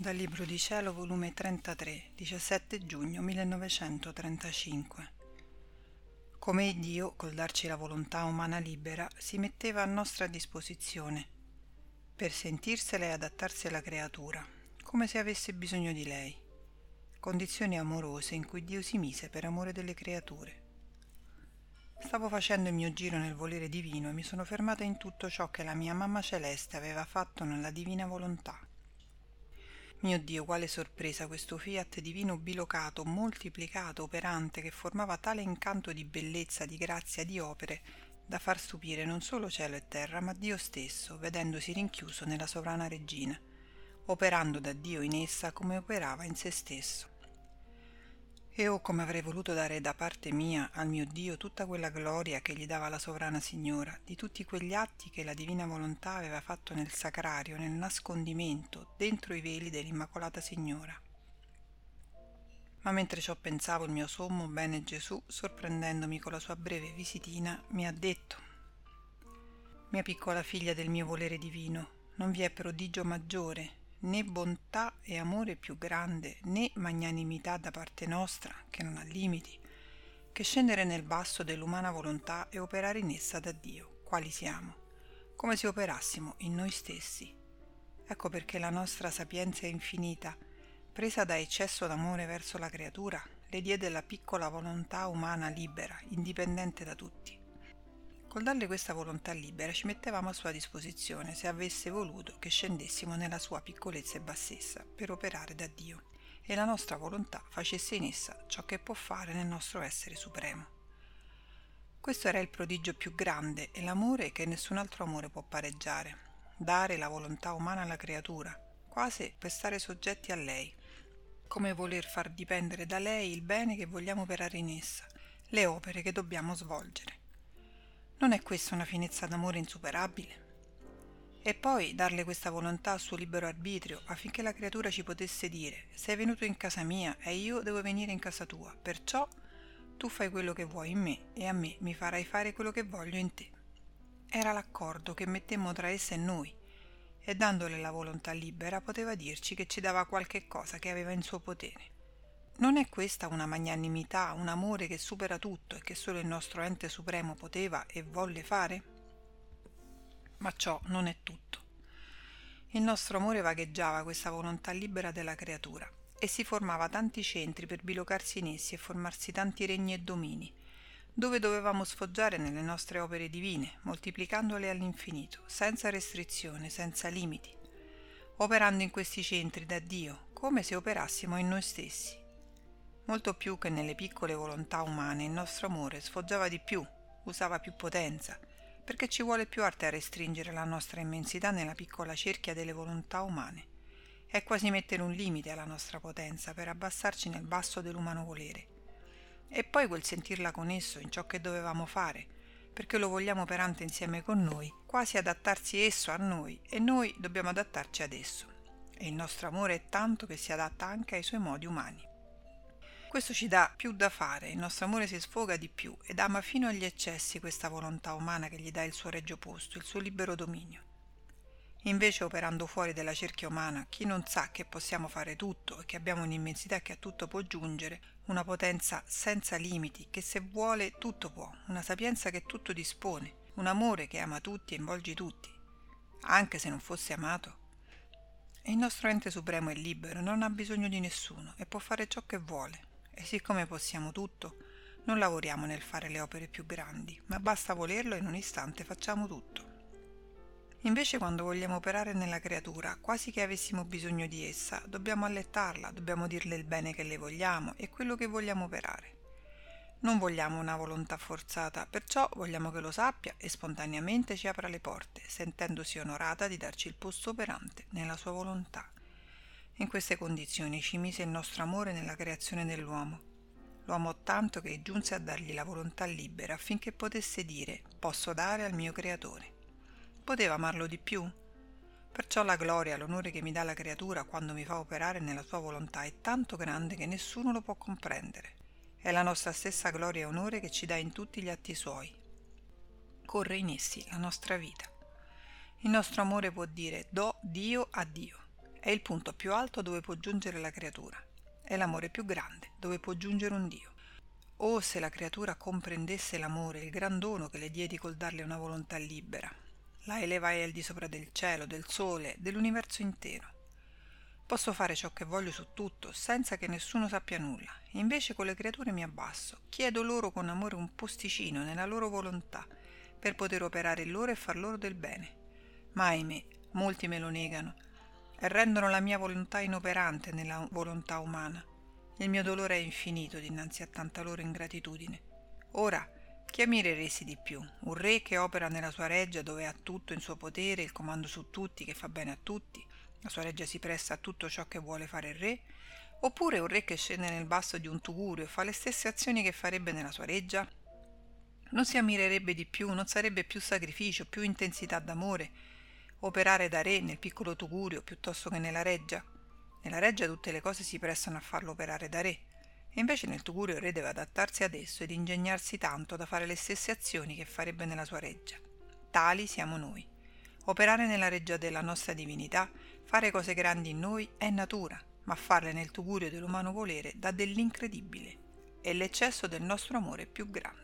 Dal Libro di Cielo, volume 33, 17 giugno 1935. Come Dio, col darci la volontà umana libera, si metteva a nostra disposizione, per sentirsela e adattarsi alla creatura, come se avesse bisogno di lei, condizioni amorose in cui Dio si mise per amore delle creature. Stavo facendo il mio giro nel volere divino e mi sono fermata in tutto ciò che la mia mamma celeste aveva fatto nella divina volontà. Mio Dio, quale sorpresa questo fiat divino bilocato, moltiplicato, operante, che formava tale incanto di bellezza, di grazia, di opere, da far stupire non solo cielo e terra, ma Dio stesso, vedendosi rinchiuso nella sovrana regina, operando da Dio in essa come operava in se stesso. E oh, come avrei voluto dare da parte mia al mio Dio tutta quella gloria che gli dava la sovrana Signora, di tutti quegli atti che la divina volontà aveva fatto nel sacrario, nel nascondimento, dentro i veli dell'Immacolata Signora. Ma mentre ciò pensavo, il mio sommo bene Gesù, sorprendendomi con la sua breve visitina, mi ha detto: «Mia piccola figlia del mio volere divino, non vi è prodigio maggiore, né bontà e amore più grande, né magnanimità da parte nostra, che non ha limiti, che scendere nel basso dell'umana volontà e operare in essa da Dio, quali siamo, come se operassimo in noi stessi. Ecco perché la nostra sapienza infinita, presa da eccesso d'amore verso la creatura, le diede la piccola volontà umana libera, indipendente da tutti. Col darle questa volontà libera ci mettevamo a sua disposizione se avesse voluto che scendessimo nella sua piccolezza e bassezza per operare da Dio e la nostra volontà facesse in essa ciò che può fare nel nostro essere supremo. Questo era il prodigio più grande e l'amore che nessun altro amore può pareggiare: dare la volontà umana alla creatura, quasi per stare soggetti a lei, come voler far dipendere da lei il bene che vogliamo operare in essa, le opere che dobbiamo svolgere. Non è questa una finezza d'amore insuperabile? E poi darle questa volontà al suo libero arbitrio affinché la creatura ci potesse dire: sei venuto in casa mia e io devo venire in casa tua, perciò tu fai quello che vuoi in me e a me mi farai fare quello che voglio in te. Era l'accordo che mettemmo tra essa e noi, e dandole la volontà libera poteva dirci che ci dava qualche cosa che aveva in suo potere. Non è questa una magnanimità, un amore che supera tutto e che solo il nostro ente supremo poteva e volle fare? Ma ciò non è tutto. Il nostro amore vagheggiava questa volontà libera della creatura e si formava tanti centri per bilocarsi in essi e formarsi tanti regni e domini, dove dovevamo sfoggiare nelle nostre opere divine, moltiplicandole all'infinito, senza restrizione, senza limiti, operando in questi centri da Dio, come se operassimo in noi stessi. Molto più che nelle piccole volontà umane, il nostro amore sfoggiava di più, usava più potenza, perché ci vuole più arte a restringere la nostra immensità nella piccola cerchia delle volontà umane. È quasi mettere un limite alla nostra potenza per abbassarci nel basso dell'umano volere. E poi quel sentirla con esso in ciò che dovevamo fare, perché lo vogliamo operante insieme con noi, quasi adattarsi esso a noi e noi dobbiamo adattarci ad esso. E il nostro amore è tanto che si adatta anche ai suoi modi umani. Questo ci dà più da fare, il nostro amore si sfoga di più ed ama fino agli eccessi questa volontà umana che gli dà il suo regio posto, il suo libero dominio. Invece, operando fuori della cerchia umana, chi non sa che possiamo fare tutto e che abbiamo un'immensità che a tutto può giungere, una potenza senza limiti, che se vuole tutto può, una sapienza che tutto dispone, un amore che ama tutti e involge tutti, anche se non fosse amato. E il nostro ente supremo è libero, non ha bisogno di nessuno e può fare ciò che vuole. E siccome possiamo tutto, non lavoriamo nel fare le opere più grandi, ma basta volerlo e in un istante facciamo tutto. Invece, quando vogliamo operare nella creatura, quasi che avessimo bisogno di essa, dobbiamo allettarla, dobbiamo dirle il bene che le vogliamo e quello che vogliamo operare. Non vogliamo una volontà forzata, perciò vogliamo che lo sappia e spontaneamente ci apra le porte, sentendosi onorata di darci il posto operante nella sua volontà. In queste condizioni ci mise il nostro amore nella creazione dell'uomo. Lo amò tanto che giunse a dargli la volontà libera affinché potesse dire: posso dare al mio creatore. Poteva amarlo di più? Perciò la gloria, l'onore che mi dà la creatura quando mi fa operare nella sua volontà è tanto grande che nessuno lo può comprendere. È la nostra stessa gloria e onore che ci dà in tutti gli atti suoi. Corre in essi la nostra vita. Il nostro amore può dire: do Dio a Dio. è il punto più alto dove può giungere la creatura, è l'amore più grande dove può giungere un Dio. Oh, se la creatura comprendesse l'amore, il gran dono che le diedi col darle una volontà libera. La elevai al di sopra del cielo, del sole, dell'universo intero. Posso fare ciò che voglio su tutto, senza che nessuno sappia nulla. Invece con le creature mi abbasso, chiedo loro con amore un posticino nella loro volontà, per poter operare in loro e far loro del bene. Ma ahimè, molti me lo negano e rendono la mia volontà inoperante nella volontà umana. Il mio dolore è infinito dinanzi a tanta loro ingratitudine. Ora, chi ammireresti di più? Un re che opera nella sua reggia dove ha tutto in suo potere, il comando su tutti, che fa bene a tutti, la sua reggia si presta a tutto ciò che vuole fare il re? Oppure un re che scende nel basso di un tugurio e fa le stesse azioni che farebbe nella sua reggia? Non si ammirerebbe di più, non sarebbe più sacrificio, più intensità d'amore operare da re nel piccolo tugurio piuttosto che nella reggia? Nella reggia tutte le cose si prestano a farlo operare da re, e invece nel tugurio il re deve adattarsi ad esso ed ingegnarsi tanto da fare le stesse azioni che farebbe nella sua reggia. Tali siamo noi. Operare nella reggia della nostra divinità, fare cose grandi in noi è natura, ma farle nel tugurio dell'umano volere dà dell'incredibile. È l'eccesso del nostro amore più grande.